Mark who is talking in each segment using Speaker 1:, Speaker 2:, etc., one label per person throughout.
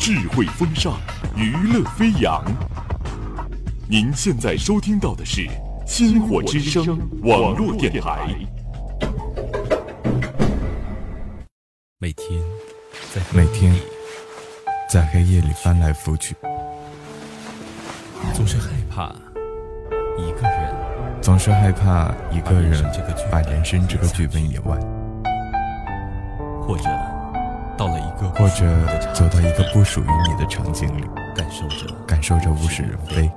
Speaker 1: 智慧风尚，娱乐飞扬。您现在收听到的是星火之声网络电台。
Speaker 2: 每天
Speaker 3: 在黑夜里翻来覆去，
Speaker 2: 总是害怕一个人
Speaker 3: 把人生这个剧本演完，
Speaker 2: 或者
Speaker 3: 走到一个不属于你的场景里，感受着物是人非。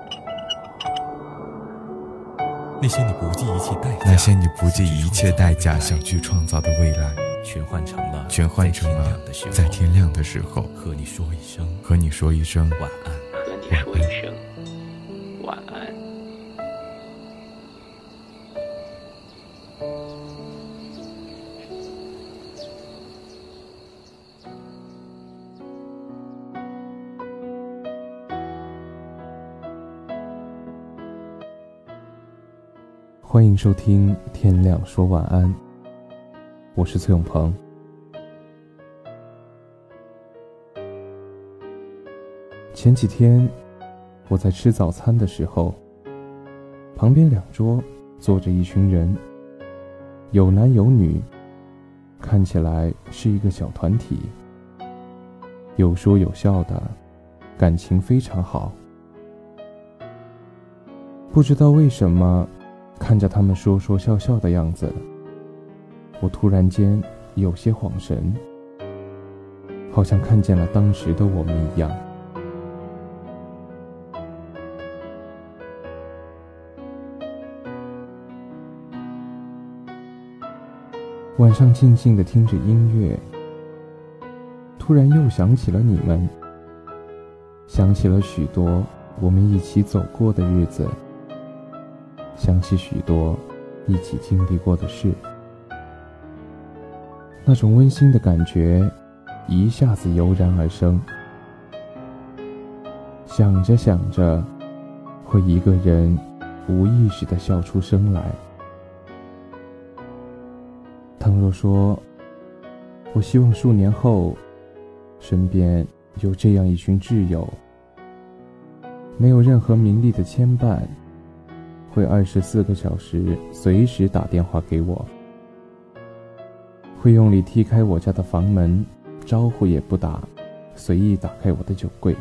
Speaker 2: 那些你不计一切代价想去创造的未来，全换成了在天亮的时候和你说一声晚安。
Speaker 4: 欢迎收听天亮说晚安，我是崔永鹏。前几天我在吃早餐的时候，旁边2桌坐着一群人，有男有女，看起来是一个小团体，有说有笑的，感情非常好。不知道为什么，看着他们说说笑笑的样子，我突然间有些恍神，好像看见了当时的我们一样。晚上静静地听着音乐，突然又想起了你们，想起了许多我们一起走过的日子，想起许多一起经历过的事，那种温馨的感觉一下子油然而生。想着想着，会一个人无意识地笑出声来。倘若说，我希望数年后，身边有这样一群挚友，没有任何名利的牵绊，会24个小时随时打电话给我，会用力踢开我家的房门，招呼也不打，随意打开我的酒柜，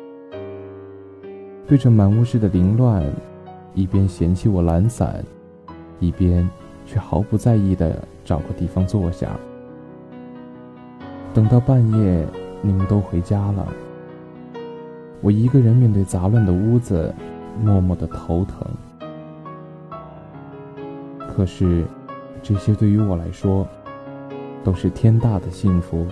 Speaker 4: 对着满屋室的凌乱，一边嫌弃我懒散，一边却毫不在意地找个地方坐下。等到半夜你们都回家了，我一个人面对杂乱的屋子，默默地头疼。可是这些对于我来说都是天大的幸福。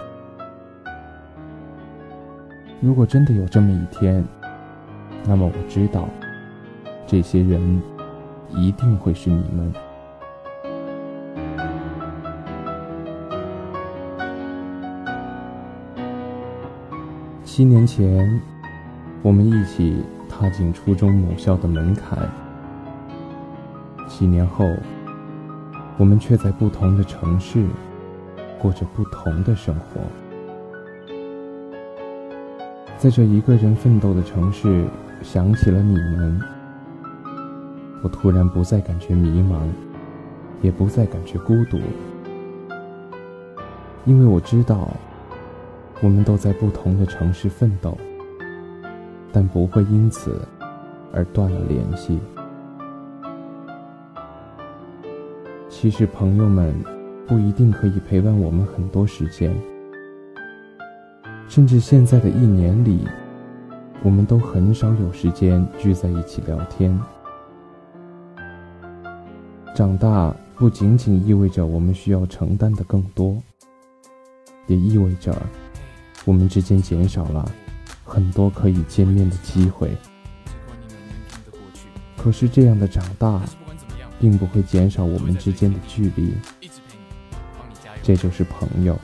Speaker 4: 如果真的有这么一天，那么我知道这些人一定会是你们。7年前，我们一起踏进初中母校的门槛。7年后，我们却在不同的城市过着不同的生活。在这一个人奋斗的城市，想起了你们，我突然不再感觉迷茫，也不再感觉孤独，因为我知道我们都在不同的城市奋斗，但不会因此而断了联系。其实朋友们不一定可以陪伴我们很多时间，甚至现在的1年里，我们都很少有时间聚在一起聊天。长大不仅仅意味着我们需要承担的更多，也意味着我们之间减少了很多可以见面的机会。可是这样的长大并不会减少我们之间的距离，这就是朋友。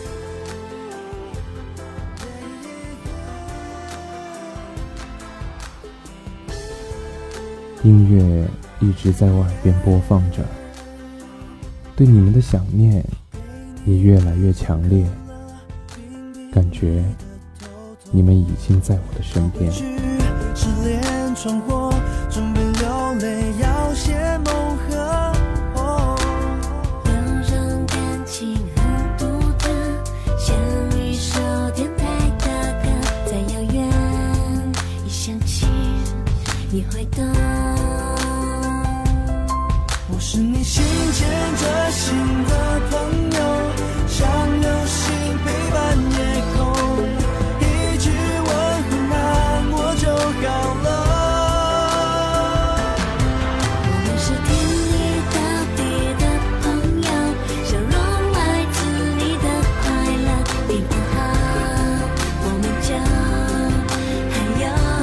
Speaker 4: 音乐一直在我耳边播放着，对你们的想念也越来越强烈，感觉你们已经在我的身边。
Speaker 5: 失恋闯祸，准备流泪，要写梦河。
Speaker 6: 有种感情很独特，像一首电台的歌，再遥远一想起你会懂。
Speaker 5: 我是你心牵着心的朋友，像流星陪伴夜空，一句问候难过就好了。
Speaker 6: 我们是天意到底的朋友，笑容来自你的快乐，平安好，我们就还有。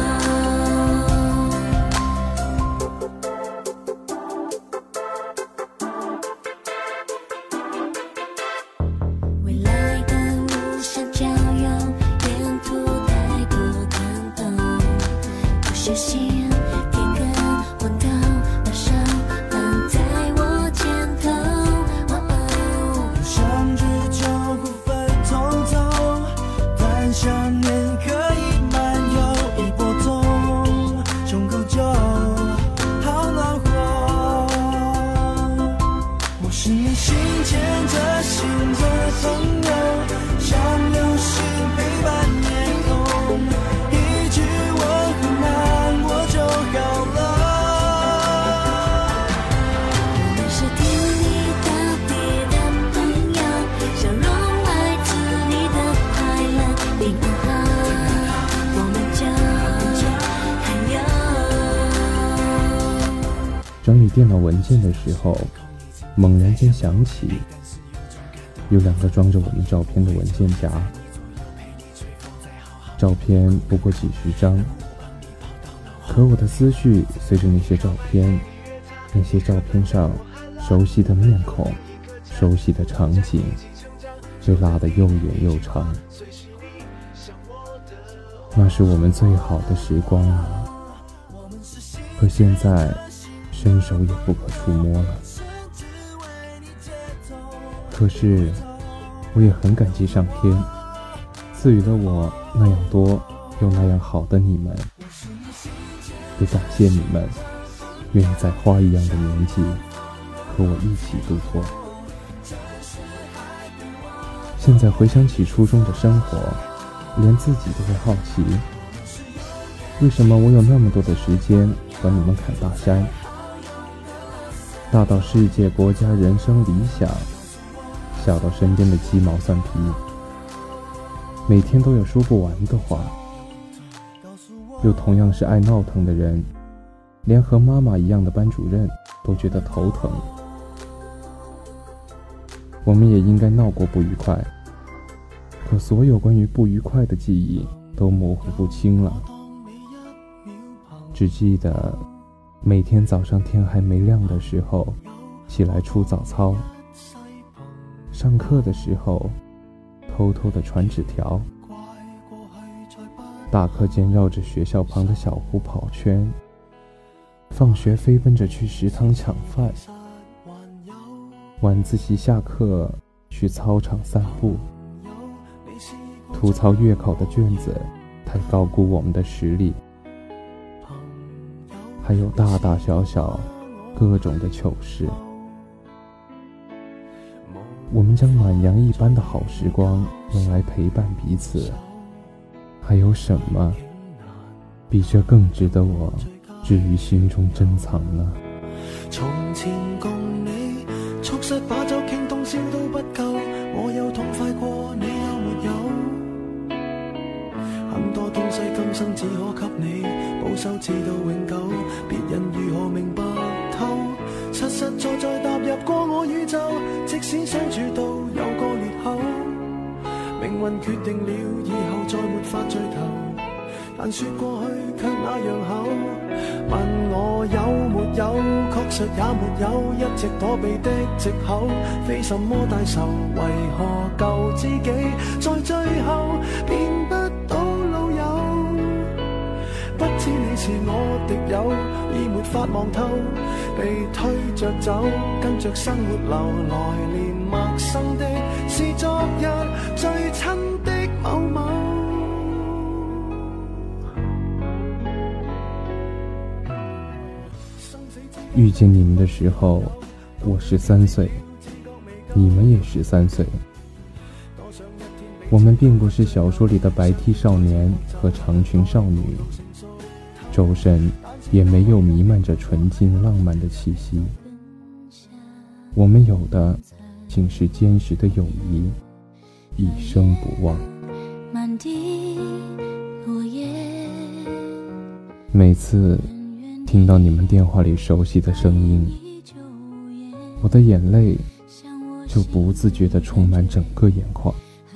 Speaker 6: 未来的路上郊游，沿途带过感动，不小心天根昏头，把手放在我肩头。
Speaker 5: 有相聚就不分匆匆，但想念可以漫游，一波动，胸口就好暖和。我是你心牵着心的朋友，像流星陪伴夜空，一句问候难过就好了。
Speaker 6: 我们是天意到底的朋友，笑容来自你的快乐，平安好，我们就还有。
Speaker 4: 整理电脑文件的时候，猛然间想起有2个装着我们照片的文件夹，照片不过几十张，可我的思绪随着那些照片上熟悉的面孔、熟悉的场景被拉得又远又长。那是我们最好的时光啊，可现在伸手也不可触摸了。可是我也很感激上天赐予了我那样多又那样好的你们，也感谢你们愿意在花一样的年纪和我一起度过。现在回想起初中的生活，连自己都会好奇，为什么我有那么多的时间和你们砍大山，大到世界、国家、人生、理想，小到身边的鸡毛蒜皮，每天都有说不完的话。又同样是爱闹腾的人，连和妈妈一样的班主任都觉得头疼。我们也应该闹过不愉快，可所有关于不愉快的记忆都模糊不清了，只记得每天早上天还没亮的时候起来出早操，上课的时候偷偷地传纸条，大课间绕着学校旁的小湖跑圈，放学飞奔着去食堂抢饭，晚自习下课去操场散步，吐槽月考的卷子太高估我们的实力，还有大大小小各种的糗事。我们将暖阳一般的好时光用来陪伴彼此，还有什么比这更值得我置于心中珍藏呢？
Speaker 5: 從前共你促膝把酒傾通宵都不夠，我有痛快過你有沒有？很多東西今生只可給你保守至到永久，別人如何明白透？實實在在踏入過我宇宙，即使相處到有個裂口，命運決定了以後再沒法聚頭，但說過去卻那樣厚。問我有沒有，確實也沒有，一直躲避的藉口，非什麼大仇，為何舊知己在最後變不到老友？不知你是我敵友，已沒法望透，被推着走，跟着生活流，來年陌生的是昨日最親的某某。
Speaker 4: 遇见你们的时候，我13岁，你们也13岁。我们并不是小说里的白 T 少年和长裙少女，周身也没有弥漫着纯净浪漫的气息。我们有的竟是坚实的友谊，一生不忘。
Speaker 6: 满地落叶，
Speaker 4: 每次听到你们电话里熟悉的声音，我的眼泪就不自觉地充满整个眼眶，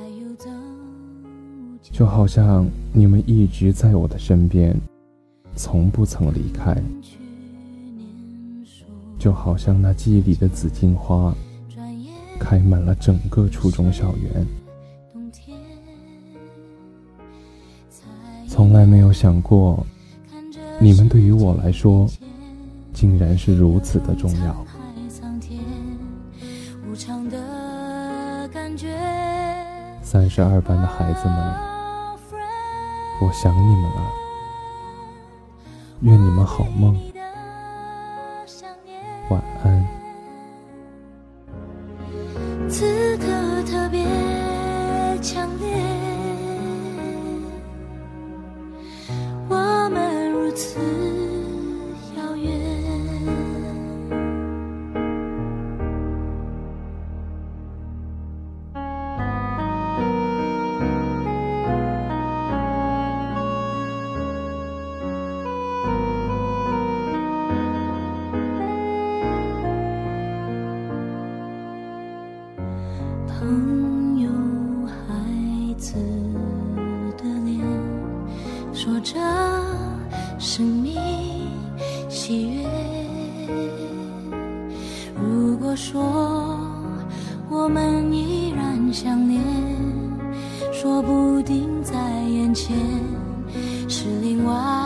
Speaker 4: 就好像你们一直在我的身边，从不曾离开，就好像那记忆里的紫荆花开满了整个初中校园。从来没有想过，你们对于我来说竟然是如此的重要。32班的孩子们，我想你们了，愿你们好梦，晚安。
Speaker 6: 此刻特别强烈，我们如此遥远。朋友孩子的脸，说着生命喜悦。如果说我们依然相恋，说不定在眼前是另外